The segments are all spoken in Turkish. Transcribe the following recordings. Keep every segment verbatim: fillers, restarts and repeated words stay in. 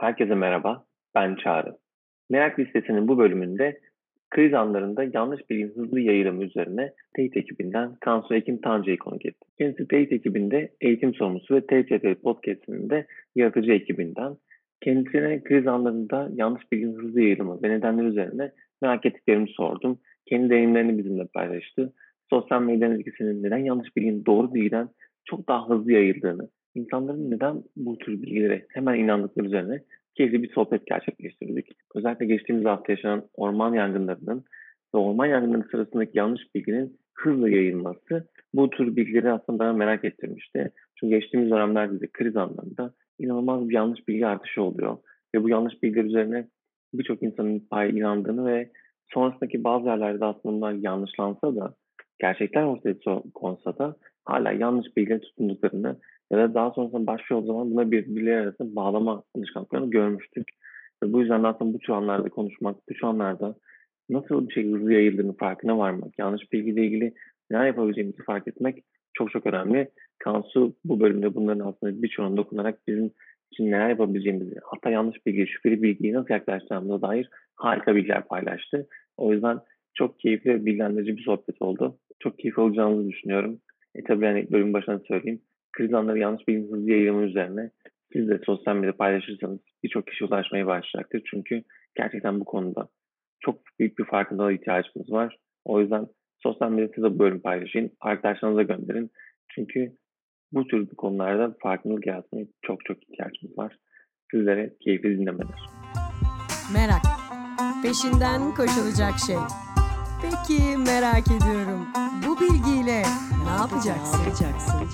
Herkese merhaba, ben Çağrı. Merak Listesi'nin bu bölümünde kriz anlarında yanlış bilginin hızlı yayılımı üzerine Teyit ekibinden Kansu Ekim Tancı'yı konuk ettik. Kendisi Teyit ekibinde eğitim sorumlusu ve T C T Podcast'inin de yaratıcı ekibinden. Kendisine kriz anlarında yanlış bilginin hızlı yayılımı ve nedenleri üzerine merak ettiklerimi sordum. Kendi deneyimlerini bizimle paylaştı. Sosyal medyanın etkisinin neden yanlış bilginin doğru bilgiden çok daha hızlı yayıldığını, insanların neden bu tür bilgilere hemen inandıkları üzerine keyifli bir sohbet gerçekleştirdik. Özellikle geçtiğimiz hafta yaşanan orman yangınlarının ve orman yangınları sırasındaki yanlış bilginin hızla yayılması bu tür bilgileri aslında bana merak ettirmişti. Çünkü geçtiğimiz dönemlerde de kriz anlarında inanılmaz bir yanlış bilgi artışı oluyor. Ve bu yanlış bilgiler üzerine birçok insanın pay inandığını ve sonrasındaki bazı yerlerde aslında bunlar yanlışlansa da gerçekler ortaya konsa da hala yanlış bilgiye tutunduklarını ya da daha sonrasında başlıyor o zaman buna birbirleri arasında bağlama alışkanlıklarını görmüştük. Ve bu yüzden de aslında bu tür anlarda konuşmak, bu tür anlarda nasıl bir şey hızlı yayıldığını farkına varmak, yanlış bilgiyle ilgili neler yapabileceğimizi fark etmek çok çok önemli. Kansu bu bölümde bunların aslında birçoğuna dokunarak bizim için neler yapabileceğimizi, hatta yanlış bilgi, şüpheli bilgiyi nasıl yaklaşacağımıza dair harika bilgiler paylaştı. O yüzden çok keyifli ve bilgilendirici bir sohbet oldu. Çok keyifli olacağınızı düşünüyorum. E tabii yani bölüm başına söyleyeyim. Kriz anları yanlış bilginin hızlı yayılımı üzerine siz de sosyal medyada paylaşırsanız birçok kişi ulaşmaya başlayacaktır. Çünkü gerçekten bu konuda çok büyük bir farkındalığa ihtiyacımız var. O yüzden sosyal medyada siz de bu bölümü paylaşın. Arkadaşlarınıza gönderin. Çünkü bu tür konularda farkındalık yaratmaya çok çok ihtiyacımız var. Sizlere keyifli dinlemeler. Merak. Peşinden koşulacak şey. Peki merak ediyorum. Bu bilgiyle ne yapacaksın? Ne yapacaksın?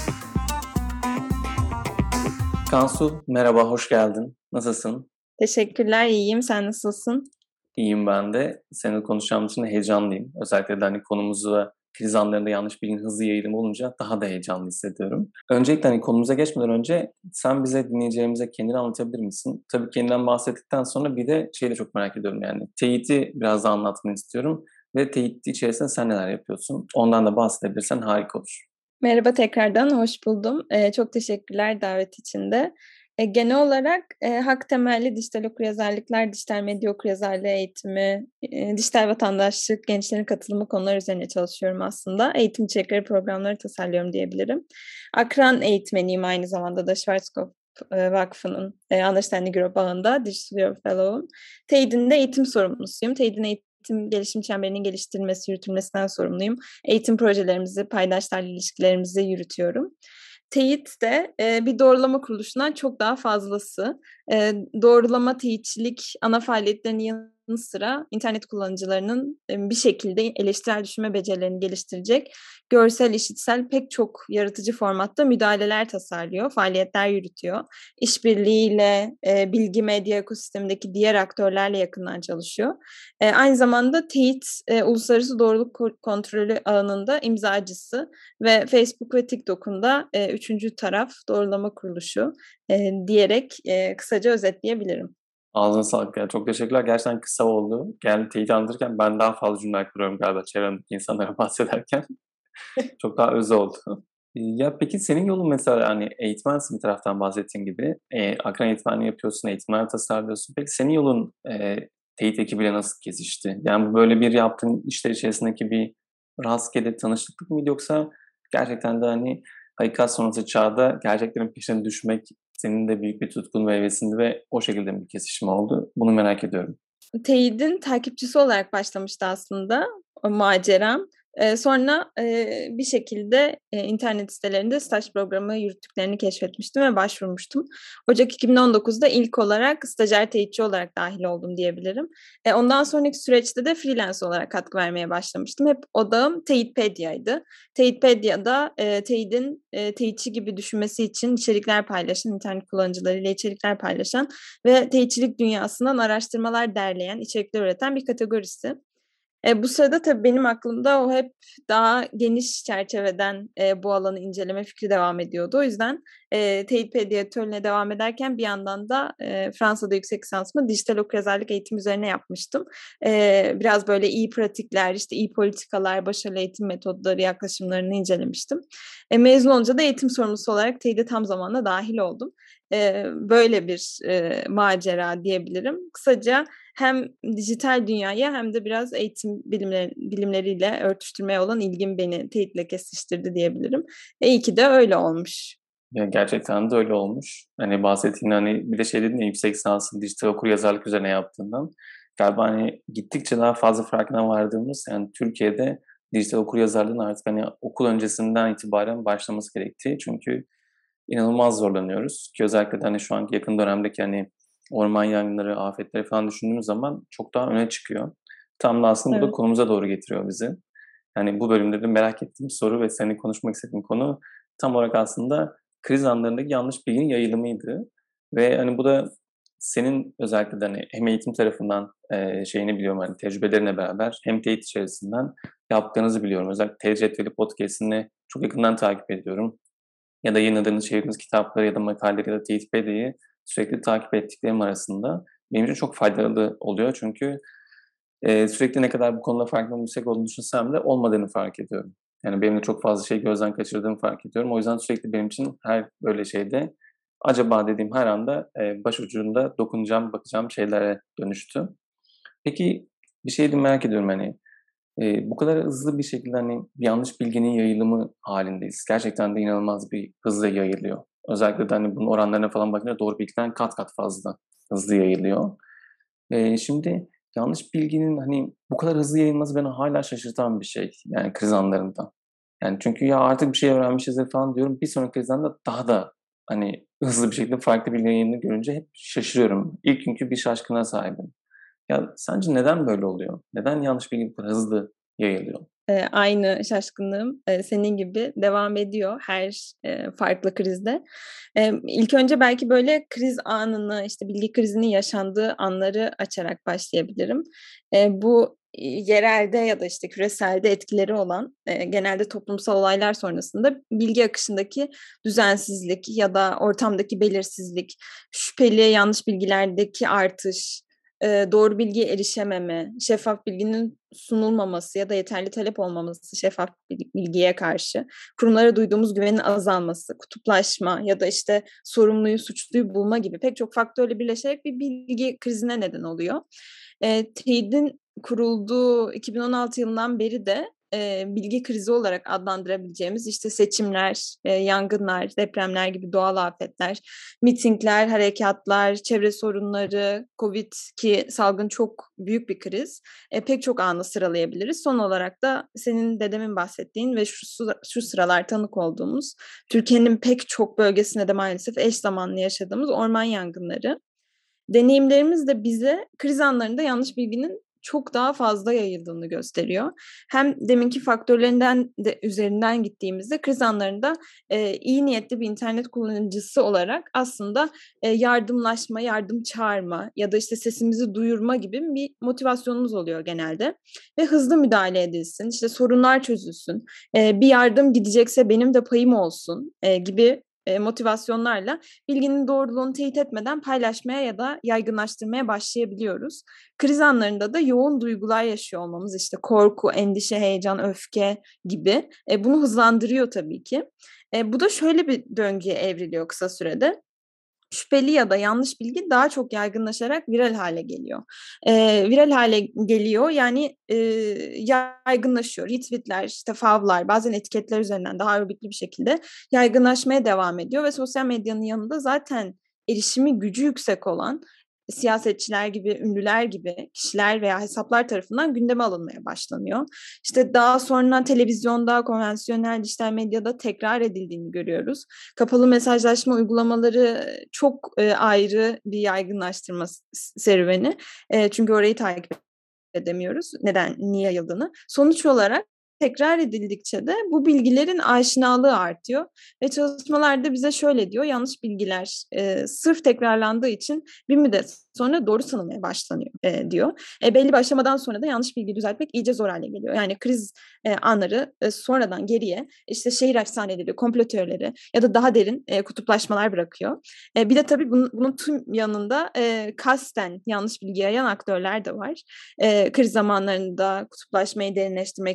Kansu, merhaba, hoş geldin. Nasılsın? Teşekkürler, iyiyim. Sen nasılsın? İyiyim ben de. Seninle konuşacağım için heyecanlıyım. Özellikle de hani konumuzu ve kriz anlarında yanlış bilginin hızlı yayılımı olunca daha da heyecanlı hissediyorum. Öncelikle hani konumuza geçmeden önce sen bize, dinleyeceğimize kendini anlatabilir misin? Tabii kendinden bahsettikten sonra bir de şeyi de çok merak ediyorum yani. Teyit'i biraz daha anlatmanı istiyorum. Ve Teyit içerisinde sen neler yapıyorsun? Ondan da bahsedebilirsen harika olur. Merhaba tekrardan, hoş buldum. Ee, çok teşekkürler davet için de. E, genel olarak e, hak temelli dijital okuryazarlıklar, dijital medya okuryazarlığı eğitimi, e, dijital vatandaşlık, gençlerin katılımı konuları üzerine çalışıyorum aslında. Eğitim içerikleri programları tasarlıyorum diyebilirim. Akran eğitmeniyim aynı zamanda da Schwarzkopf e, Vakfı'nın e, Understanding Europe ağında Digital Europe Fellow'um. TEİD'in de eğitim sorumlusuyum. TEİD'in eğitim gelişim çemberinin geliştirilmesi, yürütülmesinden sorumluyum. Eğitim projelerimizi, paydaşlarla ilişkilerimizi yürütüyorum. Teyit de e, bir doğrulama kuruluşundan çok daha fazlası. E, doğrulama, teyitçilik ana faaliyetlerinin yanı sıra internet kullanıcılarının e, bir şekilde eleştirel düşünme becerilerini geliştirecek görsel, işitsel pek çok yaratıcı formatta müdahaleler tasarlıyor, faaliyetler yürütüyor. İşbirliğiyle e, bilgi medya ekosistemindeki diğer aktörlerle yakından çalışıyor. E, aynı zamanda teyit e, uluslararası doğruluk kontrolü ağının imzacısı ve Facebook ve TikTok'un da e, üçüncü taraf doğrulama kuruluşu e, diyerek e, kısaca özetleyebilirim. Ağzına sağlık. Yani çok teşekkürler. Gerçekten kısa oldu. Yani teyit anlatırken ben daha fazla cümle kuruyorum galiba çevremdeki insanlara bahsederken. Çok daha öz oldu. Ya peki senin yolun mesela hani eğitmensin bir taraftan bahsettiğin gibi. E, akran eğitmenliği yapıyorsun, eğitimler tasarlıyorsun. Peki senin yolun e, teyit ekibiyle nasıl kesişti? Yani bu böyle bir yaptığın işler içerisindeki bir rastgele tanışıklık mıydı yoksa gerçekten de hani hakikat sonrası çağda gerçeklerin peşine düşmek senin de büyük bir tutkun ve hevesindi ve o şekilde bir kesişim oldu? Bunu merak ediyorum. Teyit'in takipçisi olarak başlamıştı aslında o maceram. Ee, sonra e, bir şekilde e, internet sitelerinde staj programı yürüttüklerini keşfetmiştim ve başvurmuştum. Ocak iki bin on dokuzda ilk olarak stajyer teyitçi olarak dahil oldum diyebilirim. E, ondan sonraki süreçte de freelance olarak katkı vermeye başlamıştım. Hep odağım Teyitpedia'ydı. Teyitpedia'da e, Teyit'in e, teyitçi gibi düşünmesi için içerikler paylaşan, internet kullanıcılarıyla içerikler paylaşan ve teyitçilik dünyasından araştırmalar derleyen, içerikler üreten bir kategorisi. E, bu sırada tabii benim aklımda o hep daha geniş çerçeveden e, bu alanı inceleme fikri devam ediyordu. O yüzden e, Teyitpedia editörlüğüne devam ederken bir yandan da e, Fransa'da yüksek lisansımı dijital okuryazarlık eğitim üzerine yapmıştım. E, biraz böyle iyi pratikler, işte iyi politikalar, başarılı eğitim metodları, yaklaşımlarını incelemiştim. E, mezun olunca da eğitim sorumlusu olarak Teyit'e tam zamanla dahil oldum. e, böyle bir e, macera diyebilirim. Kısaca hem dijital dünyaya hem de biraz eğitim bilimler, bilimleriyle örtüştürmeye olan ilgim beni teyitle kesiştirdi diyebilirim. E, iyi ki de öyle olmuş. Ya gerçekten de öyle olmuş. Hani bahsettiğin hani bir de şey dedin ya yüksek lisansın dijital okuryazarlık üzerine yaptığından. Galiba hani gittikçe daha fazla farkına vardığımız yani Türkiye'de dijital okuryazarlığın artık hani okul öncesinden itibaren başlaması gerektiği. Çünkü inanılmaz zorlanıyoruz. Ki özellikle de hani şu anki yakın dönemdeki hani orman yangınları, afetleri falan düşündüğümüz zaman çok daha öne çıkıyor. Tam da aslında bu da Evet. konumuza doğru getiriyor bizi. Yani bu bölümde de merak ettiğim soru ve seninle konuşmak istediğim konu tam olarak aslında kriz anlarındaki yanlış bilginin yayılımıydı. Ve hani bu da senin özellikle de hani hem eğitim tarafından e, şeyini biliyorum hani tecrübelerine beraber hem teyit içerisinden yaptığınızı biliyorum. Özellikle T Cetveli Podcast'ini çok yakından takip ediyorum. Ya da yayınladığınız çevirdiğiniz kitapları ya da makaleleri ya da Teyitpedia'yı sürekli takip ettiklerim arasında benim için çok faydalı oluyor. Çünkü e, sürekli ne kadar bu konuda farkındalık yüksek olduğunu düşünsem de olmadığını fark ediyorum. Yani benim de çok fazla şey gözden kaçırdığımı fark ediyorum. O yüzden sürekli benim için her böyle şeyde acaba dediğim her anda e, başucunda dokunacağım, bakacağım şeylere dönüştü. Peki bir şey de merak ediyorum hani e, bu kadar hızlı bir şekilde hani bir yanlış bilginin yayılımı halindeyiz. Gerçekten de inanılmaz bir hızla yayılıyor. Özellikle de hani bunun oranlarına falan bakınca doğru bilgiden kat kat fazla hızlı yayılıyor. E, şimdi yanlış bilginin hani bu kadar hızlı yayılması beni hala şaşırtan bir şey. Yani kriz anlarında. Yani çünkü ya artık bir şey öğrenmişizdir falan diyorum. Bir sonraki krizden de daha da hani hızlı bir şekilde farklı bir yayını görünce hep şaşırıyorum. İlk günkü bir şaşkına sahibim. Ya sence neden böyle oluyor? Neden yanlış bilgi bu kadar hızlı yayılıyor? Eee, aynı şaşkınlığım, eee, senin gibi devam ediyor her, eee, farklı krizde. Emm, ilk önce belki böyle kriz anını, işte, bilgi krizinin yaşandığı anları açarak başlayabilirim. Eee, bu, iii, yerelde ya da, işte, küreselde etkileri olan, eee, genelde toplumsal olaylar sonrasında bilgi akışındaki düzensizlik ya da ortamdaki belirsizlik, şüpheli yanlış bilgilerdeki artış, Eee, doğru bilgiye erişememe, şeffaf bilginin sunulmaması ya da yeterli talep olmaması şeffaf bil bilgiye karşı, kurumlara duyduğumuz güvenin azalması, kutuplaşma ya da, işte, sorumluyu, suçluyu bulma gibi pek çok faktörle birleşerek bir bilgi krizine neden oluyor. Eee, teyidin kurulduğu iki bin on altı yılından beri de, eee, bilgi krizi olarak adlandırabileceğimiz, işte, seçimler, eee, yangınlar, depremler gibi doğal afetler, mitingler, harekatlar, çevre sorunları, Covid ki salgın çok büyük bir kriz. E, pek çok anı sıralayabiliriz. Son olarak da senin de demin bahsettiğin ve şu, şu sıralar tanık olduğumuz Türkiye'nin pek çok bölgesinde de maalesef eş zamanlı yaşadığımız orman yangınları. Deneyimlerimiz de bize kriz anlarında yanlış bilginin çok daha fazla yayıldığını gösteriyor. Hem deminki faktörlerinden de üzerinden gittiğimizde kriz anlarında e, iyi niyetli bir internet kullanıcısı olarak aslında e, yardımlaşma, yardım çağırma ya da işte sesimizi duyurma gibi bir motivasyonumuz oluyor genelde. Ve hızlı müdahale edilsin, işte sorunlar çözülsün, e, bir yardım gidecekse benim de payım olsun e, gibi e, motivasyonlarla bilginin doğruluğunu teyit etmeden paylaşmaya ya da yaygınlaştırmaya başlayabiliyoruz. Kriz anlarında da yoğun duygular yaşıyor olmamız, işte korku, endişe, heyecan, öfke gibi e, bunu hızlandırıyor tabii ki. E, bu da şöyle bir döngüye evriliyor kısa sürede. Şüpheli ya da yanlış bilgi daha çok yaygınlaşarak viral hale geliyor. Eee, viral hale geliyor yani eee, yaygınlaşıyor. Retweetler, işte favlar, bazen etiketler üzerinden daha örgütlü bir şekilde yaygınlaşmaya devam ediyor ve sosyal medyanın yanında zaten erişimi gücü yüksek olan siyasetçiler gibi, ünlüler gibi kişiler veya hesaplar tarafından gündeme alınmaya başlanıyor. İşte daha sonra televizyonda, konvansiyonel dijital medyada tekrar edildiğini görüyoruz. Kapalı mesajlaşma uygulamaları çok e, ayrı bir yaygınlaştırma serüveni. E, çünkü orayı takip edemiyoruz. Neden, niye yayıldığını. Sonuç olarak tekrar edildikçe de bu bilgilerin aşinalığı artıyor. Ve çalışmalarda bize şöyle diyor, yanlış bilgiler e, sırf tekrarlandığı için bir müddet sonra doğru sanılmaya başlanıyor e, diyor. E, belli bir aşamadan sonra da yanlış bilgiyi düzeltmek iyice zor hale geliyor. Yani kriz e, anları e, sonradan geriye işte şehir efsaneleri, komplo teorileri ya da daha derin e, kutuplaşmalar bırakıyor. E, bir de tabii bunun, bunun tüm yanında e, kasten yanlış bilgi yayan aktörler de var. E, kriz zamanlarında kutuplaşmayı derinleştirmek isteyen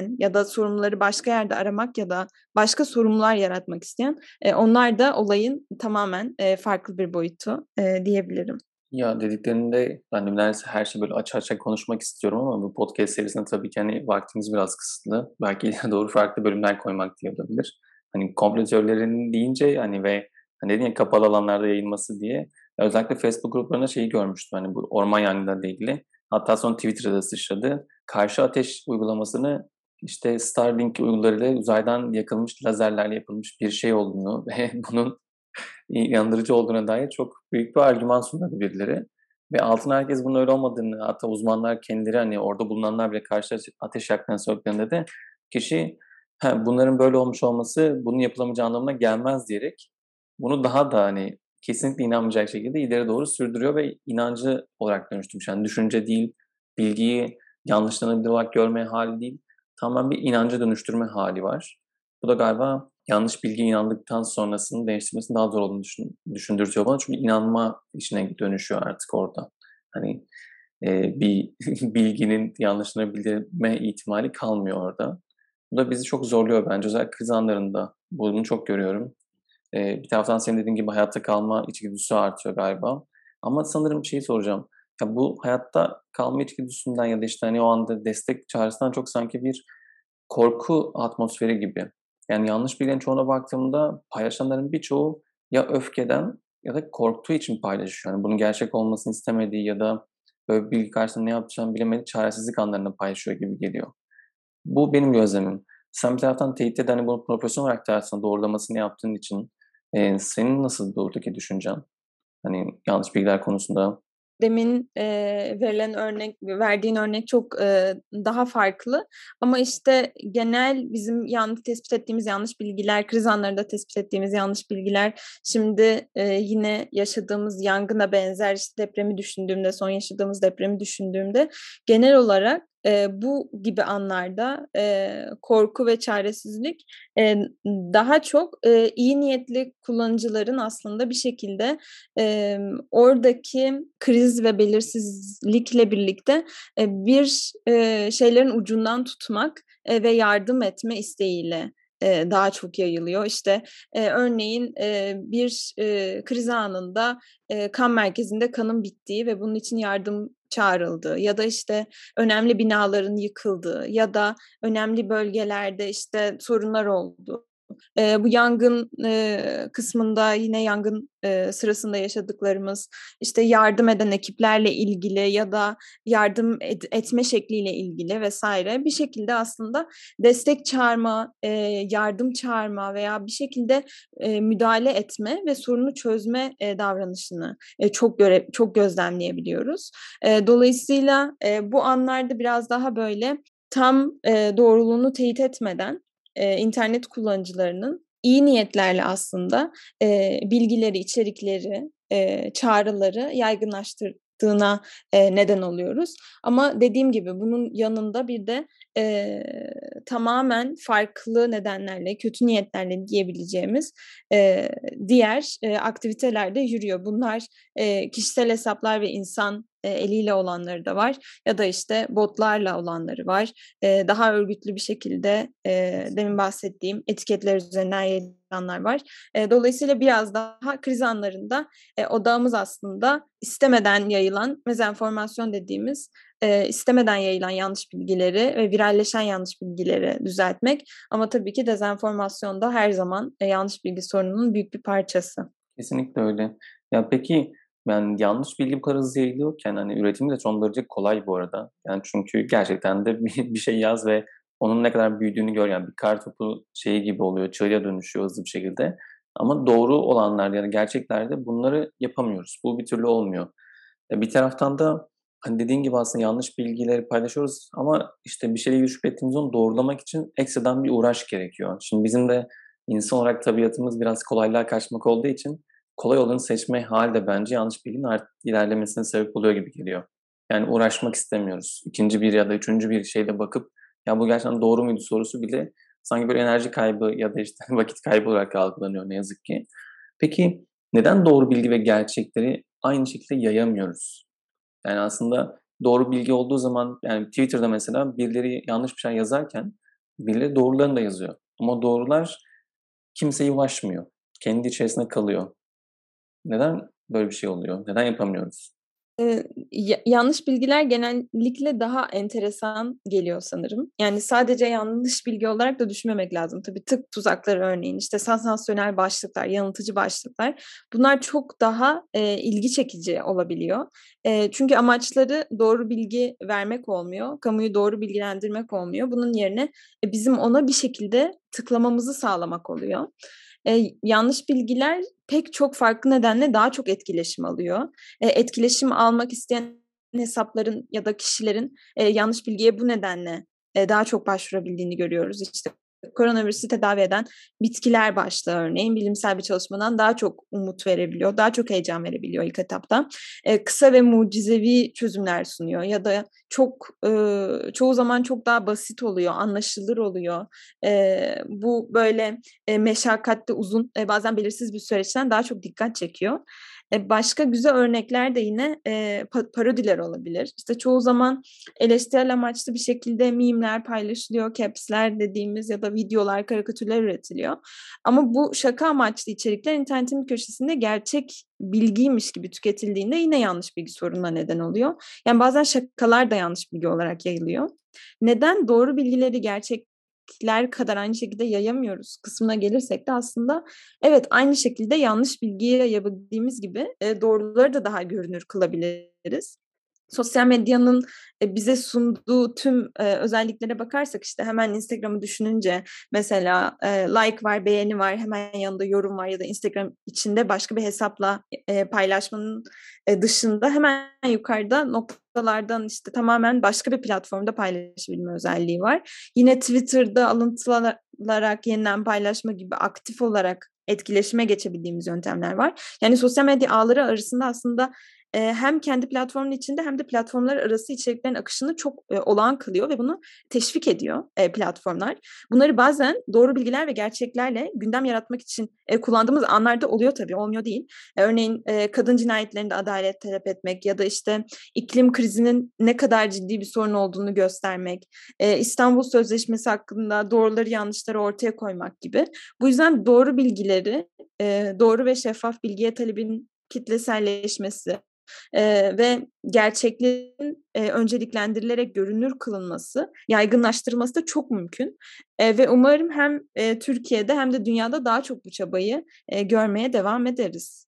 isteyen ya da sorumluları başka yerde aramak ya da başka sorumlular yaratmak isteyen e, onlar da olayın tamamen e, farklı bir boyutu e, diyebilirim. Ya dediklerinde ben de neredeyse her şeyi böyle açık açık konuşmak istiyorum ama bu podcast serisinde tabii ki hani vaktimiz biraz kısıtlı. Belki ileri doğru farklı bölümler koymak diye olabilir. Hani komplo teorilerinin deyince hani ve hani dedin ya kapalı alanlarda yayılması diye özellikle Facebook gruplarında şeyi görmüştüm hani bu orman yangınlarıyla ilgili. Hatta sonra Twitter'da da sıçradı. Karşı ateş uygulamasını işte Starlink uygularıyla uzaydan yakılmış lazerlerle yapılmış bir şey olduğunu ve bunun inandırıcı olduğuna dair çok büyük bir argüman sundu birileri. Ve altına herkes bunun öyle olmadığını, hatta uzmanlar kendileri hani orada bulunanlar bile karşı ateş yaktığını söylediklerinde de kişi ha, bunların böyle olmuş olması bunun yapılamayacağı anlamına gelmez diyerek bunu daha da hani kesinlikle inanmayacak şekilde ileri doğru sürdürüyor ve inancı olarak dönüştürmüş. Yani düşünce değil, bilgiyi yanlışlanabilir olarak görme hali değil, tamamen bir inanca dönüştürme hali var. Bu da galiba yanlış bilgiye inandıktan sonrasını değiştirmesinin daha zor olduğunu düşün, düşündürtüyor bana. Çünkü inanma işine dönüşüyor artık orada. Hani e, bir bilginin yanlışlanabilme ihtimali kalmıyor orada. Bu da bizi çok zorluyor bence. Özellikle kriz anlarında bunu çok görüyorum. E, bir taraftan senin dediğin gibi hayatta kalma içgüdüsü artıyor galiba. Ama sanırım şeyi soracağım. Ya bu hayatta kalma içgüdüsünden ya da işte hani o anda destek çağrısından çok sanki bir korku atmosferi gibi. Yani yanlış bilgilerin çoğuna baktığımda paylaşanların birçoğu ya öfkeden ya da korktuğu için paylaşıyor. Yani bunun gerçek olmasını istemediği ya da böyle bir bilgi karşısında ne yapacağını bilemediği çaresizlik anlarını paylaşıyor gibi geliyor. Bu benim gözlemim. Sen bir taraftan teyit de hani bunu profesyonel olarak da aslında doğrulamasını yaptığın için e, senin nasıl buradaki düşüncen? Hani yanlış bilgiler konusunda. Demin e, verilen örnek, verdiğin örnek çok e, daha farklı. Ama işte genel bizim yanlış tespit ettiğimiz yanlış bilgiler, kriz anlarında tespit ettiğimiz yanlış bilgiler, şimdi e, yine yaşadığımız yangına benzer işte depremi düşündüğümde, son yaşadığımız depremi düşündüğümde genel olarak e, bu gibi anlarda e, korku ve çaresizlik e, daha çok e, iyi niyetli kullanıcıların aslında bir şekilde e, oradaki kriz ve belirsizlikle birlikte e, bir e, şeylerin ucundan tutmak e, ve yardım etme isteğiyle e, daha çok yayılıyor. İşte e, örneğin e, bir e, kriz anında e, kan merkezinde kanın bittiği ve bunun için yardım çağrıldı ya da işte önemli binaların yıkıldığı ya da önemli bölgelerde işte sorunlar oldu. E, bu yangın e, kısmında yine yangın e, sırasında yaşadıklarımız işte yardım eden ekiplerle ilgili ya da yardım ed- etme şekliyle ilgili vesaire bir şekilde aslında destek çağırma, e, yardım çağırma veya bir şekilde e, müdahale etme ve sorunu çözme e, davranışını e, çok göre çok gözlemleyebiliyoruz. E, dolayısıyla e, bu anlarda biraz daha böyle tam e, doğruluğunu teyit etmeden e, internet kullanıcılarının iyi niyetlerle aslında e, bilgileri, içerikleri, e, çağrıları yaygınlaştırdığına e, neden oluyoruz. Ama dediğim gibi bunun yanında bir de e, tamamen farklı nedenlerle, kötü niyetlerle diyebileceğimiz e, diğer e, aktiviteler de yürüyor. Bunlar e, kişisel hesaplar ve insan e, eliyle olanları da var ya da işte botlarla olanları var. E, daha örgütlü bir şekilde e, demin bahsettiğim etiketler üzerinden yayılanlar var. E, dolayısıyla biraz daha kriz anlarında e, odağımız aslında istemeden yayılan mezenformasyon dediğimiz e, istemeden yayılan yanlış bilgileri ve viralleşen yanlış bilgileri düzeltmek. Ama tabii ki dezenformasyon da her zaman e, yanlış bilgi sorununun büyük bir parçası. Kesinlikle öyle. Ya peki yani yanlış bilgi bu kadar hızlı yayılıyorken hani üretimi de son derece kolay bu arada. Yani çünkü gerçekten de bir, bir şey yaz ve onun ne kadar büyüdüğünü gör. Yani bir kar topu şeyi gibi oluyor, çığlığa dönüşüyor hızlı bir şekilde. Ama doğru olanlar yani gerçeklerde bunları yapamıyoruz. Bu bir türlü olmuyor. E, bir taraftan da hani dediğin gibi aslında yanlış bilgileri paylaşıyoruz ama işte bir şeyle şüphe ettiğimiz onu doğrulamak için ekstradan bir uğraş gerekiyor. Şimdi bizim de insan olarak tabiatımız biraz kolaylığa kaçmak olduğu için kolay olanı seçme hali de bence yanlış bilginin art ilerlemesine sebep oluyor gibi geliyor. Yani uğraşmak istemiyoruz. İkinci bir ya da üçüncü bir şeyle bakıp ya bu gerçekten doğru muydu sorusu bile sanki böyle enerji kaybı ya da işte vakit kaybı olarak algılanıyor ne yazık ki. Peki neden doğru bilgi ve gerçekleri aynı şekilde yayamıyoruz? Yani aslında doğru bilgi olduğu zaman yani Twitter'da mesela birileri yanlış bir şey yazarken birileri doğrularını da yazıyor. Ama doğrular kimseye ulaşmıyor. Kendi içerisinde kalıyor. Neden böyle bir şey oluyor? Neden yapamıyoruz? Eee, ya yanlış bilgiler genellikle daha enteresan geliyor sanırım. Yani sadece yanlış bilgi olarak da düşünmemek lazım. Tabii tık tuzakları örneğin, işte sansasyonel başlıklar, yanıltıcı başlıklar bunlar çok daha, eee, ilgi çekici olabiliyor. Eee, çünkü amaçları doğru bilgi vermek olmuyor, kamuyu doğru bilgilendirmek olmuyor. Bunun yerine, e, bizim ona bir şekilde tıklamamızı sağlamak oluyor. Eee, yanlış bilgiler pek çok farklı nedenle daha çok etkileşim alıyor. Eee, etkileşim almak isteyen hesapların ya da kişilerin, eee, yanlış bilgiye bu nedenle, eee, daha çok başvurabildiğini görüyoruz. İşte, koronavirüsü tedavi eden bitkiler başlığı örneğin bilimsel bir çalışmadan daha çok umut verebiliyor, daha çok heyecan verebiliyor ilk etapta. Eee, kısa ve mucizevi çözümler sunuyor ya da çok, ııı, çoğu zaman çok daha basit oluyor, anlaşılır oluyor. Eee, bu böyle, eee, meşakkatli, uzun, eee, bazen belirsiz bir süreçten daha çok dikkat çekiyor. Eee, başka güzel örnekler de yine, eee, pa parodiler olabilir. İşte, çoğu zaman eleştirel amaçlı bir şekilde meme'ler paylaşılıyor, caps'ler dediğimiz ya da videolar, karikatürler üretiliyor. Ama bu şaka amaçlı içerikler internetin bir köşesinde gerçek bilgiymiş gibi tüketildiğinde yine yanlış bilgi sorununa neden oluyor. Yani bazen şakalar da yanlış bilgi olarak yayılıyor. Neden doğru bilgileri gerçekler kadar aynı şekilde yayamıyoruz kısmına gelirsek de aslında evet, aynı şekilde yanlış bilgiyi yayabildiğimiz gibi, eee, doğruları da daha görünür kılabiliriz. Sosyal medyanın, eee, bize sunduğu tüm, eee, özelliklere bakarsak, işte, hemen Instagram'ı düşününce mesela, eee, like var, beğeni var, hemen yanında yorum var ya da Instagram içinde başka bir hesapla, eee, paylaşmanın, eee, dışında hemen yukarıda noktalardan, işte, tamamen başka bir platformda paylaşabilme özelliği var. Yine Twitter'da alıntılanarak yeniden paylaşma gibi aktif olarak etkileşime geçebildiğimiz yöntemler var. Yani sosyal medya ağları arasında aslında, eee, hem kendi platformunun içinde hem de platformlar arası içeriklerin akışını çok, eee, olağan kılıyor ve bunu teşvik ediyor, eee, platformlar. Bunları bazen doğru bilgiler ve gerçeklerle gündem yaratmak için, eee, kullandığımız anlarda oluyor tabii, olmuyor değil. Eee, örneğin, eee, kadın cinayetlerinde adalet talep etmek ya da, işte, iklim krizinin ne kadar ciddi bir sorun olduğunu göstermek, eee, İstanbul Sözleşmesi hakkında doğruları yanlışları ortaya koymak gibi. Bu yüzden doğru bilgileri, eee, doğru ve şeffaf bilgiye talebin kitleselleşmesi, eee, ve gerçeklerin, eee, önceliklendirilerek görünür kılınması, yaygınlaştırılması da çok mümkün. Eee, ve umarım hem, eee, Türkiye'de hem de dünyada daha çok bu çabayı, eee, görmeye devam ederiz.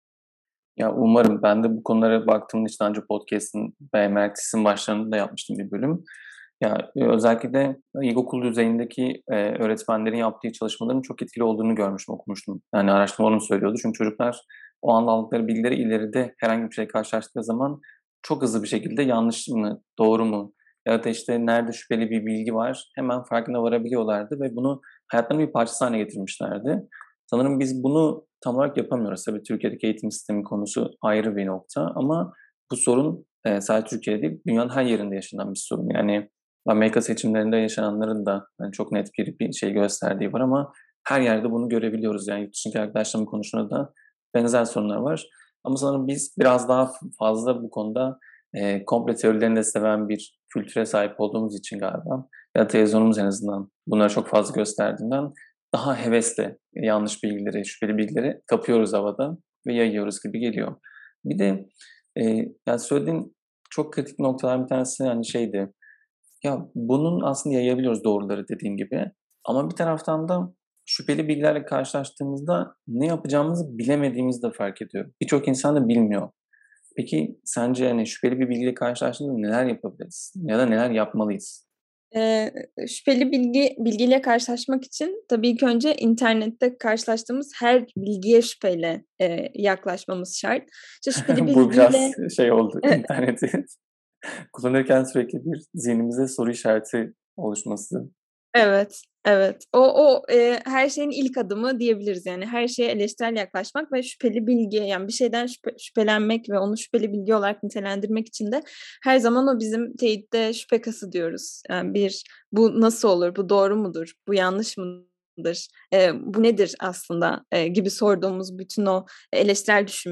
Ya umarım. Ben de bu konulara baktığımda işte daha önce podcast'in ve Meraklis'in başlarında da yapmıştım bir bölüm. Ya e, özellikle de ilkokul düzeyindeki e, öğretmenlerin yaptığı çalışmaların çok etkili olduğunu görmüştüm, okumuştum. Yani araştırma onu söylüyordu. Çünkü çocuklar o anda aldıkları bilgileri ileride herhangi bir şey karşılaştığı zaman çok hızlı bir şekilde yanlış mı, doğru mu ya da işte nerede şüpheli bir bilgi var hemen farkına varabiliyorlardı ve bunu hayatlarının bir parçası haline getirmişlerdi. Sanırım biz bunu tam olarak yapamıyoruz. Tabii Türkiye'deki eğitim sistemi konusu ayrı bir nokta ama bu sorun e, sadece Türkiye'de değil, dünyanın her yerinde yaşanan bir sorun. Yani Amerika seçimlerinde yaşananların da yani çok net bir, bir şey gösterdiği var ama her yerde bunu görebiliyoruz. Yani yurt dışındaki arkadaşlarımın konuştuğunda da benzer sorunlar var. Ama sanırım biz biraz daha fazla bu konuda e, komple teorilerini de seven bir kültüre sahip olduğumuz için galiba ya da televizyonumuz en azından bunları çok fazla gösterdiğinden daha hevesle yanlış bilgileri, şüpheli bilgileri kapıyoruz havada ve yayıyoruz gibi geliyor. Bir de e, yani söylediğin çok kritik noktalar bir tanesi yani şeydi. Ya bunun aslında yayabiliyoruz doğruları dediğin gibi. Ama bir taraftan da şüpheli bilgilerle karşılaştığımızda ne yapacağımızı bilemediğimizi de fark ediyorum. Birçok insan da bilmiyor. Peki sence yani şüpheli bir bilgiyle karşılaştığında neler yapabiliriz? Ya da neler yapmalıyız? Eee, şüpheli bilgi bilgiyle karşılaşmak için tabii ilk önce internette karşılaştığımız her bilgiye şüpheyle, eee, yaklaşmamız şart. İşte şüpheli Bu biraz bilgiyle şey oldu interneti kullanırken sürekli bir zihnimize soru işareti oluşması. Evet, evet. O o, eee, her şeyin ilk adımı diyebiliriz. Yani her şeye eleştirel yaklaşmak ve şüpheli bilgi, yani bir şeyden şüphe şüphelenmek ve onu şüpheli bilgi olarak nitelendirmek için de her zaman o bizim teyitte şüphe kası diyoruz. Yani bir, bu nasıl olur, bu doğru mudur, bu yanlış mıdır, eee, bu nedir aslında, eee, gibi sorduğumuz bütün o eleştirel düşünme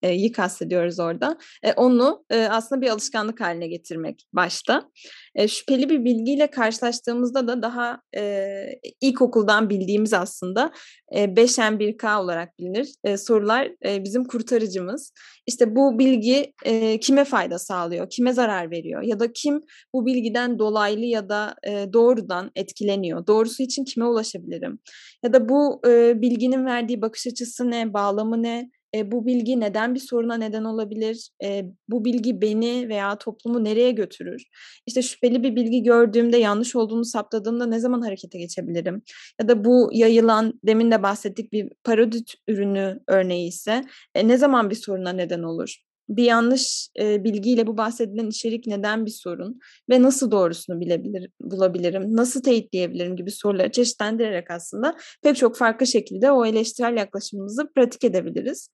iyi kastediyoruz orada. E, onu e, aslında bir alışkanlık haline getirmek başta. E, şüpheli bir bilgiyle karşılaştığımızda da daha e, ilkokuldan bildiğimiz aslında e, beş M bir K olarak bilinir. E, sorular e, bizim kurtarıcımız. İşte bu bilgi e, kime fayda sağlıyor, kime zarar veriyor ya da kim bu bilgiden dolaylı ya da e, doğrudan etkileniyor. Doğrusu için kime ulaşabilirim? Ya da bu e, bilginin verdiği bakış açısı ne, bağlamı ne? E, bu bilgi neden bir soruna neden olabilir? E, bu bilgi beni veya toplumu nereye götürür? İşte şüpheli bir bilgi gördüğümde, yanlış olduğunu saptadığımda ne zaman harekete geçebilirim? Ya da bu yayılan, demin de bahsettik bir parodit ürünü örneği ise e, ne zaman bir soruna neden olur? Bir yanlış e, bilgiyle bu bahsedilen içerik neden bir sorun ve nasıl doğrusunu bilebilir, bulabilirim, nasıl teyitleyebilirim gibi soruları çeşitlendirerek aslında pek çok farklı şekilde o eleştirel yaklaşımımızı pratik edebiliriz.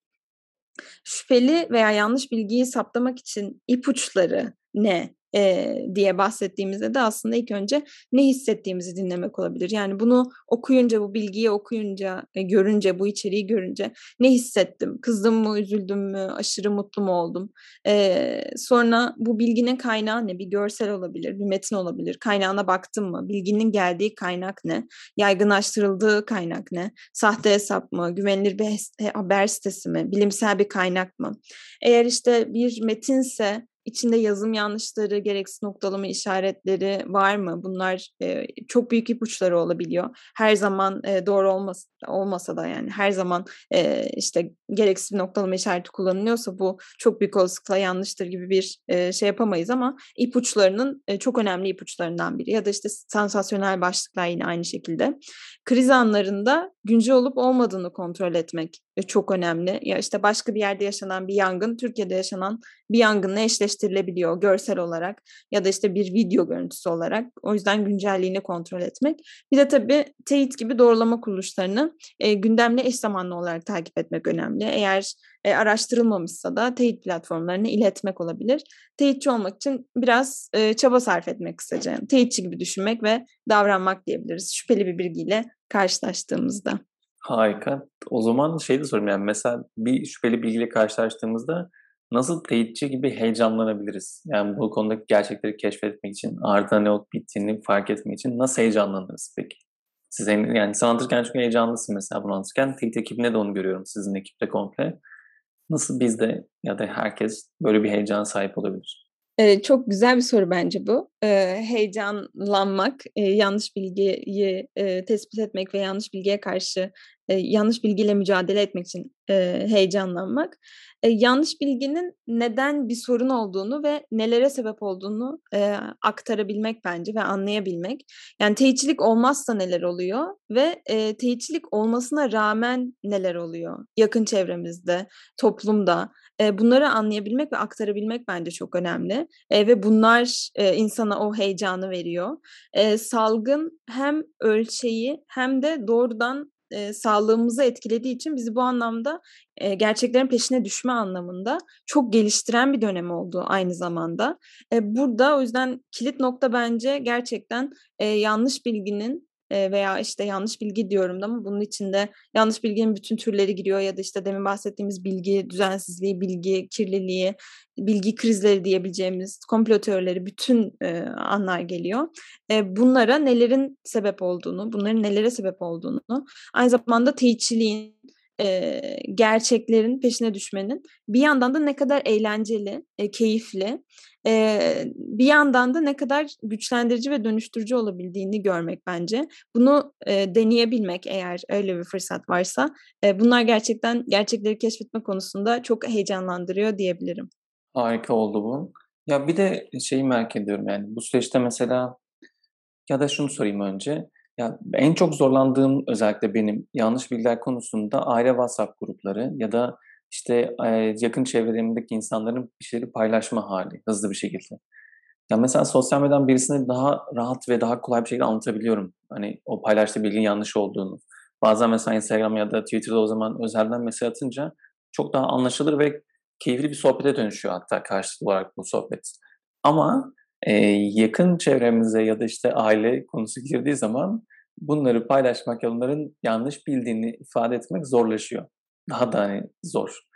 Şüpheli veya yanlış bilgiyi saptamak için ipuçları ne e, diye bahsettiğimizde de aslında ilk önce ne hissettiğimizi dinlemek olabilir. Yani bunu okuyunca, bu bilgiyi okuyunca, e, görünce, bu içeriği görünce ne hissettim? Kızdım mı, üzüldüm mü, aşırı mutlu mu oldum? E, sonra bu bilginin kaynağı ne? Bir görsel olabilir, bir metin olabilir. Kaynağına baktım mı? Bilginin geldiği kaynak ne? Yaygınlaştırıldığı kaynak ne? Sahte hesap mı? Güvenilir bir haber sitesi mi? Bilimsel bir kaynak mı? Eğer işte bir metinse içinde yazım yanlışları, gereksiz noktalama işaretleri var mı? Bunlar e, çok büyük ipuçları olabiliyor. Her zaman e, doğru olmasa, olmasa da yani her zaman e, işte gereksiz bir noktalama işareti kullanılıyorsa bu çok büyük olasılıkla yanlıştır gibi bir e, şey yapamayız ama ipuçlarının e, çok önemli ipuçlarından biri. Ya da işte sansasyonel başlıklar yine aynı şekilde. Kriz anlarında güncel olup olmadığını kontrol etmek e, çok önemli. Ya işte başka bir yerde yaşanan bir yangın, Türkiye'de yaşanan bir yangınla eşleştirilebiliyor görsel olarak ya da işte bir video görüntüsü olarak. O yüzden güncelliğini kontrol etmek. Bir de tabii teyit gibi doğrulama kuruluşlarını e, gündemle eş zamanlı olarak takip etmek önemli. Eğer e, araştırılmamışsa da teyit platformlarına iletmek olabilir. Teyitçi olmak için biraz e, çaba sarf etmek kısaca. Yani teyitçi gibi düşünmek ve davranmak diyebiliriz şüpheli bir bilgiyle karşılaştığımızda. Harika. O zaman şey de sorayım yani mesela bir şüpheli bilgiyle karşılaştığımızda nasıl teyitçi gibi heyecanlanabiliriz? Yani bu konudaki gerçekleri keşfetmek için, ardına ne olup bittiğini fark etmek için nasıl heyecanlanırız peki? Siz yani sen anlatırken çünkü heyecanlısın mesela bunu anlatırken. Teyit ekibinde de onu görüyorum sizin ekipte komple. Nasıl bizde ya da herkes böyle bir heyecana sahip olabilir? Ee, çok güzel bir soru bence bu. Ee, heyecanlanmak, e, yanlış bilgiyi e, tespit etmek ve yanlış bilgiye karşı e, yanlış bilgiyle mücadele etmek için e, heyecanlanmak. E, yanlış bilginin neden bir sorun olduğunu ve nelere sebep olduğunu e, aktarabilmek bence ve anlayabilmek. Yani teyitçilik olmazsa neler oluyor ve e, teyitçilik olmasına rağmen neler oluyor yakın çevremizde, toplumda. E, bunları anlayabilmek ve aktarabilmek bence çok önemli. E, ve bunlar e, insana o heyecanı veriyor. E, salgın hem ölçeği hem de doğrudan e, sağlığımızı etkilediği için bizi bu anlamda e, gerçeklerin peşine düşme anlamında çok geliştiren bir dönem oldu aynı zamanda. E, burada o yüzden kilit nokta bence gerçekten e, yanlış bilginin e, veya işte yanlış bilgi diyorum da ama bunun içinde yanlış bilginin bütün türleri giriyor ya da işte demin bahsettiğimiz bilgi düzensizliği, bilgi kirliliği, bilgi krizleri diyebileceğimiz komplo teorileri bütün e, anlar geliyor. E, bunlara nelerin sebep olduğunu, bunların nelere sebep olduğunu, aynı zamanda teyitçiliğin, e, gerçeklerin peşine düşmenin bir yandan da ne kadar eğlenceli, e, keyifli, e, bir yandan da ne kadar güçlendirici ve dönüştürücü olabildiğini görmek bence. Bunu e, deneyebilmek eğer öyle bir fırsat varsa, e, bunlar gerçekten gerçekleri keşfetme konusunda çok heyecanlandırıyor diyebilirim. Harika oldu bu. Ya bir de şeyi merak ediyorum yani bu süreçte mesela ya da şunu sorayım önce. Ya en çok zorlandığım özellikle benim yanlış bilgiler konusunda aile WhatsApp grupları ya da işte eee, yakın çevrelerimdeki insanların bir şeyleri paylaşma hali hızlı bir şekilde. Ya mesela sosyal medyadan birisine daha rahat ve daha kolay bir şekilde anlatabiliyorum. Hani o paylaştığı bilginin yanlış olduğunu. Bazen mesela Instagram ya da Twitter'da o zaman özelden mesaj atınca çok daha anlaşılır ve keyifli bir sohbete dönüşüyor hatta karşılıklı olarak bu sohbet. Ama Eee, yakın çevremize ya da, işte, aile konusu girdiği zaman bunları paylaşmak ya onların yanlış bildiğini ifade etmek zorlaşıyor. Daha da, hani, zor.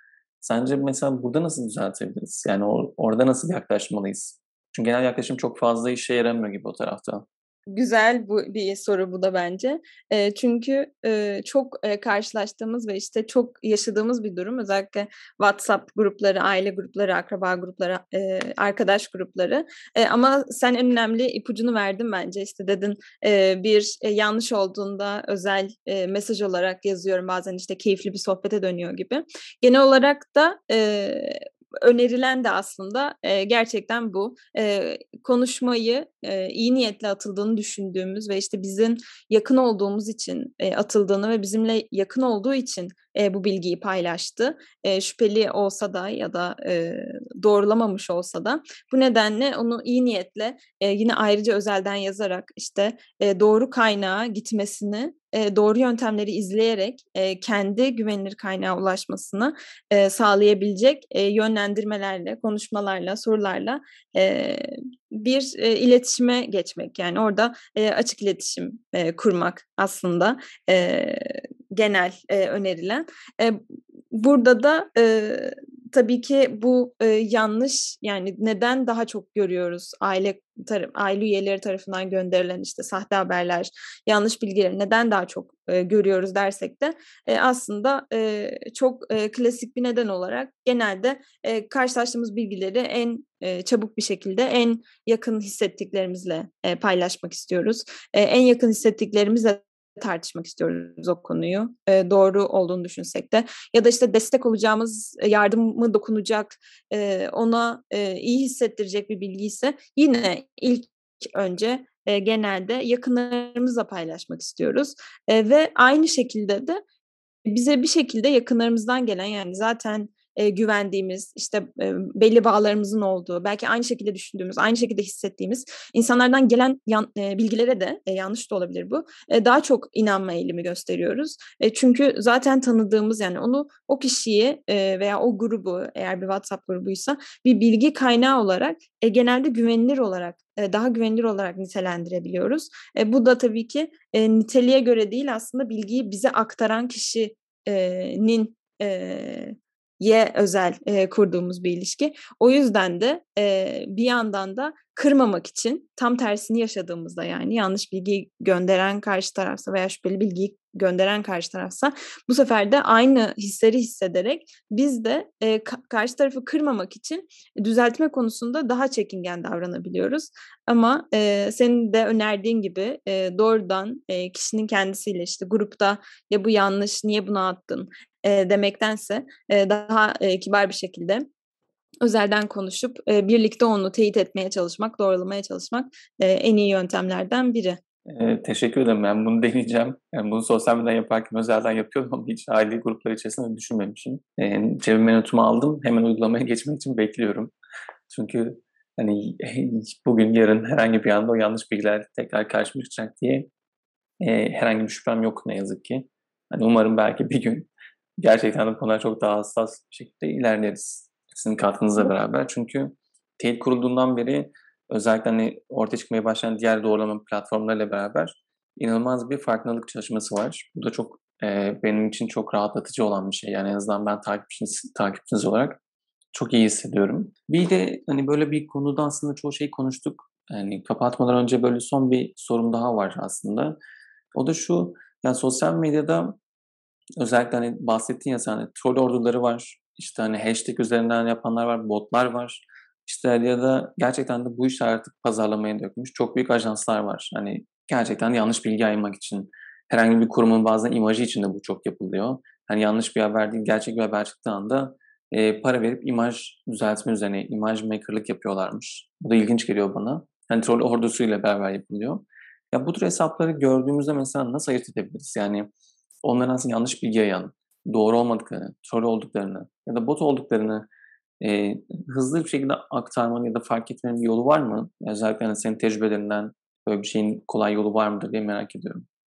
Sence mesela burada nasıl düzeltebiliriz? Yani or- orada nasıl yaklaşmalıyız? Çünkü genel yaklaşım çok fazla işe yaramıyor gibi o tarafta. Güzel bu bir soru bu da bence. Eee, çünkü, eee, çok, eee, karşılaştığımız ve, işte, çok yaşadığımız bir durum. Özellikle WhatsApp grupları, aile grupları, akraba grupları, eee, arkadaş grupları. Eee, ama sen en önemli ipucunu verdin bence. İşte, dedin, eee, bir, eee, yanlış olduğunda özel, eee, mesaj olarak yazıyorum bazen, işte, keyifli bir sohbete dönüyor gibi. Genel olarak da, eee, önerilen de aslında, eee, gerçekten bu. Eee, konuşmayı, eee, iyi niyetle atıldığını düşündüğümüz ve, işte, bizim yakın olduğumuz için, eee, atıldığını ve bizimle yakın olduğu için, eee, bu bilgiyi paylaştı. Eee, şüpheli olsa da ya da, eee, doğrulamamış olsa da bu nedenle onu iyi niyetle, eee, yine ayrıca özelden yazarak, işte, eee, doğru kaynağa gitmesini, eee, doğru yöntemleri izleyerek, eee, kendi güvenilir kaynağa ulaşmasını, eee, sağlayabilecek, eee, yönlendirmelerle, konuşmalarla, sorularla, eee, bir, eee, iletişime geçmek. Yani orada, eee, açık iletişim, eee, kurmak aslında, eee, genel, eee, önerilen. Eee, burada da, eee, tabii ki bu, eee, yanlış, yani neden daha çok görüyoruz aile tara aile üyeleri tarafından gönderilen, işte, sahte haberler, yanlış bilgileri neden daha çok, eee, görüyoruz dersek de, eee, aslında, eee, çok, eee, klasik bir neden olarak genelde, eee, karşılaştığımız bilgileri en, eee, çabuk bir şekilde en yakın hissettiklerimizle, eee, paylaşmak istiyoruz. Eee, en yakın hissettiklerimizle tartışmak istiyoruz o konuyu, eee, doğru olduğunu düşünsek de ya da, işte, destek olacağımız, eee, yardımı dokunacak, eee, ona, eee, iyi hissettirecek bir bilgiyse yine ilk önce, eee, genelde yakınlarımızla paylaşmak istiyoruz, eee, ve aynı şekilde de bize bir şekilde yakınlarımızdan gelen, yani, zaten, eee, güvendiğimiz, işte, eee, belli bağlarımızın olduğu, belki aynı şekilde düşündüğümüz, aynı şekilde hissettiğimiz insanlardan gelen yan eee, bilgilere de, eee, yanlış da olabilir bu, eee, daha çok inanma eğilimi gösteriyoruz. Eee, çünkü zaten tanıdığımız, yani, onu o kişiyi, eee, veya o grubu eğer bir WhatsApp grubuysa bir bilgi kaynağı olarak, eee, genelde güvenilir olarak, eee, daha güvenilir olarak nitelendirebiliyoruz. Eee, bu da tabii ki, eee, niteliğe göre değil aslında bilgiyi bize aktaran kişi eee, nin, eee, ye özel, eee, kurduğumuz bir ilişki. O yüzden de, eee, bir yandan da kırmamak için tam tersini yaşadığımızda, yani yanlış bilgiyi gönderen karşı tarafsa veya şüpheli bilgiyi gönderen karşı tarafsa bu sefer de aynı hisleri hissederek biz de, eee, ka karşı tarafı kırmamak için düzeltme konusunda daha çekingen davranabiliyoruz. Ama, eee, senin de önerdiğin gibi, eee, doğrudan, eee, kişinin kendisiyle, işte, grupta "Ya, bu yanlış, niye bunu attın?" eee, demektense, eee, daha, eee, kibar bir şekilde özelden konuşup, eee, birlikte onu teyit etmeye çalışmak, doğrulamaya çalışmak, eee, en iyi yöntemlerden biri. Eee, teşekkür ederim. Ben bunu deneyeceğim. Yani bunu sosyal medyadan yaparken özelden yapıyordum ama hiç aile grupları içerisinde düşünmemişim. Eee, cebime notumu aldım. Hemen uygulamaya geçmek için bekliyorum. Çünkü hani bugün yarın herhangi bir anda o yanlış bilgiler tekrar karşıma çıkacak diye eee, herhangi bir şüphem yok ne yazık ki. Hani umarım belki bir gün gerçekten de bu konuya çok daha hassas bir şekilde ilerleriz. Sizin katkınızla beraber. Çünkü teyit kurulduğundan beri özellikle hani ortaya çıkmaya başlayan diğer doğrulama platformlarıyla beraber inanılmaz bir farkındalık çalışması var. Bu da çok eee, benim için çok rahatlatıcı olan bir şey. Yani en azından ben takipçiniz, takipçiniz olarak çok iyi hissediyorum. Bir de hani böyle bir konuda aslında çoğu şeyi konuştuk. Yani kapatmadan önce böyle son bir sorum daha var aslında. O da şu, yani sosyal medyada özellikle hani bahsettin ya sen, hani troll orduları var. İşte hani hashtag üzerinden yapanlar var, botlar var. İşte ya da gerçekten de bu işi artık pazarlamaya dökmüş çok büyük ajanslar var. Hani gerçekten yanlış bilgi yaymak için, herhangi bir kurumun bazen imajı için de bu çok yapılıyor. Hani yanlış bir haber değil, gerçek bir haber çıktığı anda eee, para verip imaj düzeltme üzerine, imaj maker'lık yapıyorlarmış. Bu da ilginç geliyor bana. Hani troll ordusuyla beraber yapılıyor. Ya bu tür hesapları gördüğümüzde mesela nasıl ayırt edebiliriz? Yani onların aslında yanlış bilgi yayan, doğru olmadıklarını, troll olduklarını ya da bot olduklarını, eee, hızlı bir şekilde aktarmanın ya da fark etmenin bir yolu var mı? Özellikle, hani, senin tecrübelerinden böyle bir şeyin kolay yolu var mıdır diye merak ediyorum.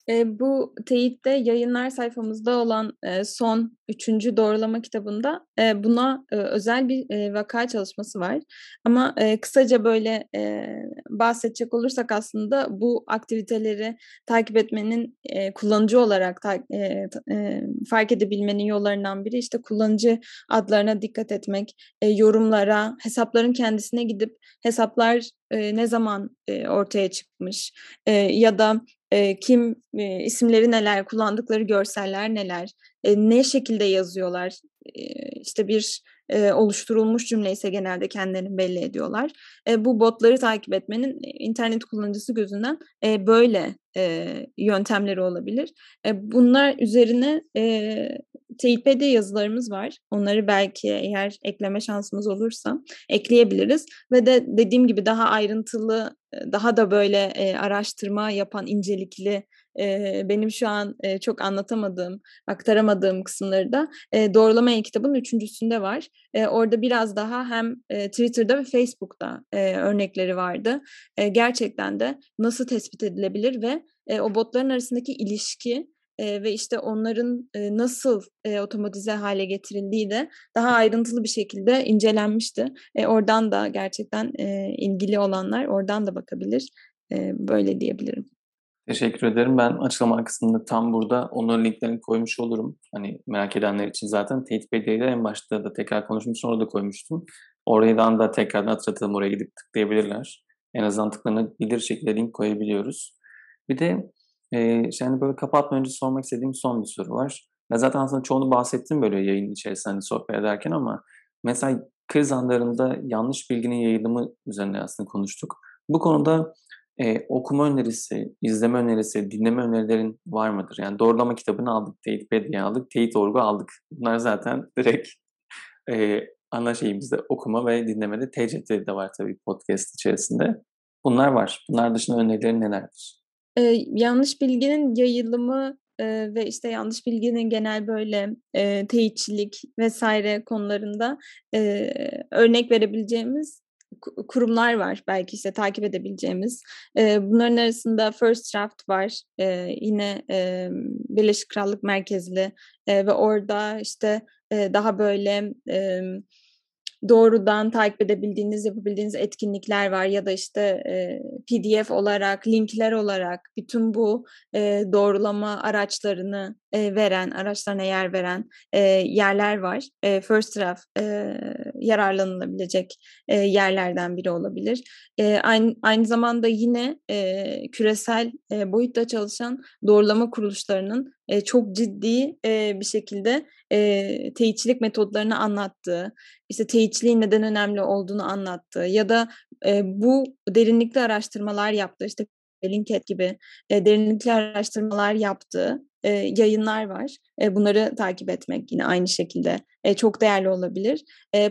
E, bu teyitte yayınlar sayfamızda olan e, son üçüncü doğrulama kitabında e, buna e, özel bir e, vaka çalışması var. Ama e, kısaca böyle e, bahsedecek olursak aslında bu aktiviteleri takip etmenin e, kullanıcı olarak ta, e, e, fark edebilmenin yollarından biri işte kullanıcı adlarına dikkat etmek, e, yorumlara, hesapların kendisine gidip hesaplar e, ne zaman e, ortaya çıkmış e, ya da e, kim e, isimleri neler, kullandıkları görseller neler, e, ne şekilde yazıyorlar, e, işte bir e, oluşturulmuş cümle ise genelde kendilerini belli ediyorlar. E, bu botları takip etmenin internet kullanıcısı gözünden e, böyle e, yöntemleri olabilir. E, bunlar üzerine e, T I P D yazılarımız var. Onları belki eğer ekleme şansımız olursa ekleyebiliriz. Ve de dediğim gibi daha ayrıntılı, daha da böyle e, araştırma yapan, incelikli, e, benim şu an e, çok anlatamadığım, aktaramadığım kısımları da e, Doğrulama E-kitabının üçüncüsünde var. E, orada biraz daha hem e, Twitter'da ve Facebook'ta e, örnekleri vardı. E, gerçekten de nasıl tespit edilebilir ve e, o botların arasındaki ilişki e, ve işte onların e, nasıl e, otomatize hale getirildiği de daha ayrıntılı bir şekilde incelenmişti. E, oradan da gerçekten e, ilgili olanlar oradan da bakabilir. E, böyle diyebilirim. Teşekkür ederim. Ben açıklama kısmında tam burada onların linklerini koymuş olurum. Hani merak edenler için zaten Teyitpedia'yı en başta da tekrar konuşmuştum, orada koymuştum. Oradan da tekrardan hatırlatalım, oraya gidip tıklayabilirler. En azından tıklanabilir şekilde link koyabiliyoruz. Bir de e, yani böyle kapatmadan önce sormak istediğim son bir soru var. Ben zaten aslında çoğunu bahsettim böyle yayın içerisinde hani sohbet ederken ama mesela kriz anlarında yanlış bilginin yayılımı üzerine aslında konuştuk. Bu konuda e, okuma önerisi, izleme önerisi, dinleme önerilerin var mıdır? Yani doğrulama kitabını aldık, Teyitpedia'yı aldık, Teyit Orgu aldık. Bunlar zaten direkt e, ana şeyimizde okuma ve dinlemede T C T de var tabii podcast içerisinde. Bunlar var. Bunlar dışında önerilerin nelerdir? Ee, yanlış bilginin yayılımı e, ve işte yanlış bilginin genel böyle e, teyitçilik vesaire konularında e, örnek verebileceğimiz kurumlar var belki işte takip edebileceğimiz. E, bunların arasında First Draft var. E, yine e, Birleşik Krallık merkezli e, ve orada işte e, daha böyle e, doğrudan takip edebildiğiniz, yapabildiğiniz etkinlikler var ya da işte e, P D F olarak, linkler olarak bütün bu e, doğrulama araçlarını e, veren, araçlarına yer veren e, yerler var. E, First Draft e, yararlanılabilecek e, yerlerden biri olabilir. E, aynı, aynı zamanda yine e, küresel e, boyutta çalışan doğrulama kuruluşlarının e, çok ciddi e, bir şekilde e, teyitçilik metodlarını anlattığı, işte teyitçiliğin neden önemli olduğunu anlattığı ya da e, bu derinlikli araştırmalar yaptığı, işte Bellingcat gibi e, derinlikli araştırmalar yaptığı e, yayınlar var. E, bunları takip etmek yine aynı şekilde e, çok değerli olabilir. E,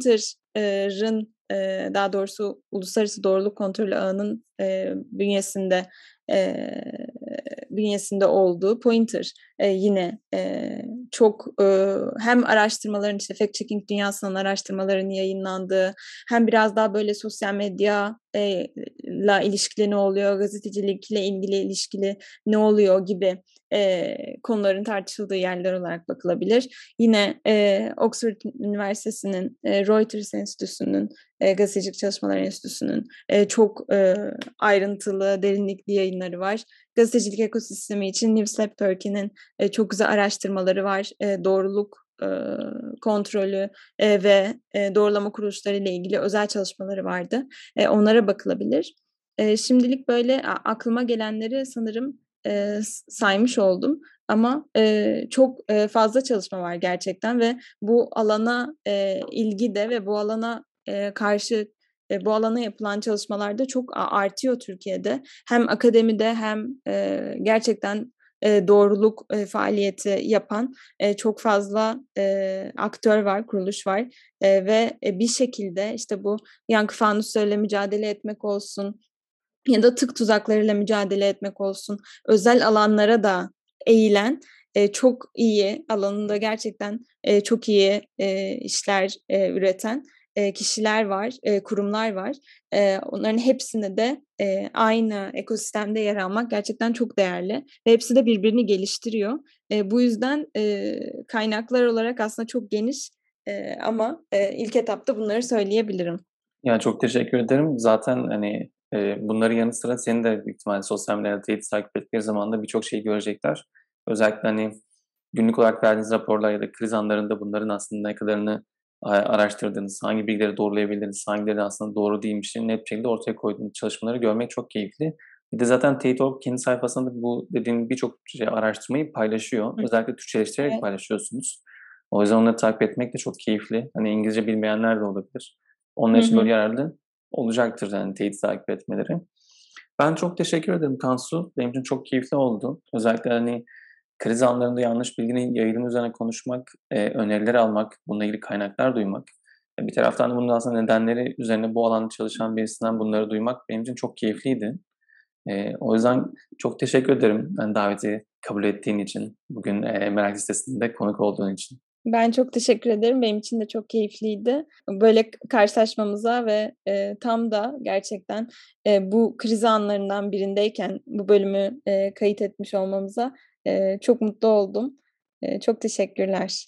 Pointer'ın e, daha doğrusu Uluslararası Doğruluk Kontrolü Ağı'nın e, bünyesinde e, bünyesinde olduğu Pointer e, yine e, çok e, hem araştırmaların işte fact checking dünyasının araştırmaların yayınlandığı hem biraz daha böyle sosyal medya e, la ilişkili ne oluyor, gazetecilikle ilgili ilişkili ne oluyor gibi e, konuların tartışıldığı yerler olarak bakılabilir. Yine e, Oxford Üniversitesi'nin, e, Reuters Enstitüsü'nün, e, Gazetecilik Çalışmaları Enstitüsü'nün e, çok e, ayrıntılı, derinlikli yayınları var. Gazetecilik ekosistemi için Newslab Turkey'nin e, çok güzel araştırmaları var. E, doğruluk e, kontrolü e, ve e, doğrulama kuruluşları ile ilgili özel çalışmaları vardı. E, onlara bakılabilir. E, şimdilik böyle a, aklıma gelenleri sanırım e, saymış oldum. Ama e, çok e, fazla çalışma var gerçekten ve bu alana e, ilgi de ve bu alana e, karşı e, bu alana yapılan çalışmalarda çok artıyor Türkiye'de. Hem akademide hem e, gerçekten e, doğruluk e, faaliyeti yapan e, çok fazla e, aktör var, kuruluş var e, ve e, bir şekilde işte bu yankı fanuslarıyla mücadele etmek olsun ya da tık tuzaklarıyla mücadele etmek olsun, özel alanlara da eğilen e, çok iyi alanında gerçekten e, çok iyi e, işler e, üreten e, kişiler var, e, kurumlar var. E, onların hepsini de e, aynı ekosistemde yer almak gerçekten çok değerli. Ve hepsi de birbirini geliştiriyor. E, bu yüzden e, kaynaklar olarak aslında çok geniş e, ama e, ilk etapta bunları söyleyebilirim. Ya çok teşekkür ederim. Zaten hani e, bunların yanı sıra senin de büyük ihtimalle sosyal medyada teyit takip ettikleri zaman da birçok şeyi görecekler. Özellikle hani günlük olarak verdiğiniz raporlar ya da kriz anlarında bunların aslında ne kadarını araştırdığınız, hangi bilgileri doğrulayabildiniz, hangileri aslında doğru değilmişini net bir şekilde ortaya koyduğunuz çalışmaları görmek çok keyifli. Bir de zaten Teyit nokta org kendi sayfasında bu dediğim birçok şey, araştırmayı paylaşıyor. Hı. Özellikle Türkçeleştirerek Evet. paylaşıyorsunuz. O yüzden onları takip etmek de çok keyifli. Hani İngilizce bilmeyenler de olabilir. Onlar Hı için böyle hı. yararlı olacaktır yani Teyit'i takip etmeleri. Ben çok teşekkür ederim Kansu. Benim için çok keyifli oldu. Özellikle hani kriz anlarında yanlış bilginin yayılımı üzerine konuşmak, e, öneriler almak, bununla ilgili kaynaklar duymak. E, bir taraftan da bunun aslında nedenleri üzerine bu alanda çalışan birisinden bunları duymak benim için çok keyifliydi. E, o yüzden çok teşekkür ederim yani daveti kabul ettiğin için, bugün e, Merak Listesi'nde konuk olduğun için. Ben çok teşekkür ederim. Benim için de çok keyifliydi. Böyle karşılaşmamıza ve e, tam da gerçekten e, bu kriz anlarından birindeyken bu bölümü e, kayıt etmiş olmamıza e, çok mutlu oldum. E, çok teşekkürler.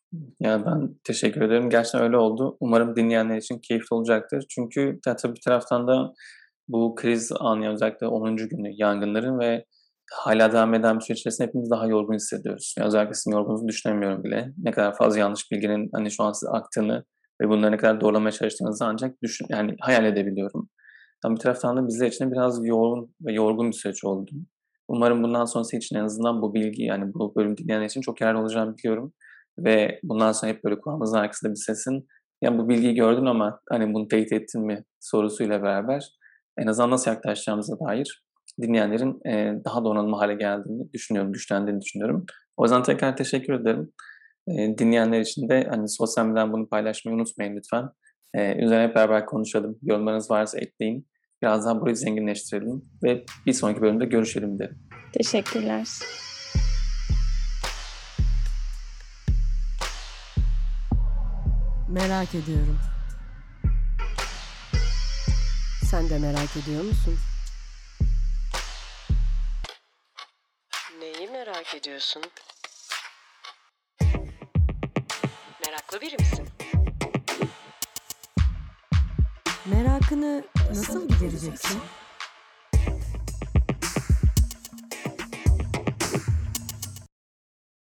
Ya ben teşekkür ederim. Gerçekten öyle oldu. Umarım dinleyenler için keyifli olacaktır. Çünkü ya tabii bir taraftan da bu kriz anı özellikle onuncu günü yangınların ve hala devam eden bir süreç içerisinde hepimiz daha yorgun hissediyoruz. Yani özellikle sizin yorgununuzu düşünemiyorum bile. Ne kadar fazla yanlış bilginin hani şu an size aktığını ve bunları ne kadar doğrulamaya çalıştığınızı ancak düşün, yani hayal edebiliyorum. Ama bir taraftan da bizler için de biraz yoğun ve yorgun bir süreç oldu. Umarım bundan sonrası için en azından bu bilgi, yani bu bölüm dinleyenler için çok yararlı olacağını biliyorum. Ve bundan sonra hep böyle kulağımızın arkasında bir sesin, ya bu bilgiyi gördün ama hani bunu teyit ettin mi sorusuyla beraber en azından nasıl yaklaşacağımıza dair dinleyenlerin e, daha donanımlı hale geldiğini düşünüyorum, güçlendiğini düşünüyorum. O yüzden tekrar teşekkür ederim. E, dinleyenler için de hani sosyal medyadan bunu paylaşmayı unutmayın lütfen. E, üzerine hep beraber konuşalım. Yorumlarınız varsa ekleyin. Biraz daha burayı zenginleştirelim ve bir sonraki bölümde görüşelim derim. Teşekkürler. Merak ediyorum. Sen de merak ediyor musun? Neyi merak ediyorsun? Meraklı biri misin? Merakını nasıl gidereceksin?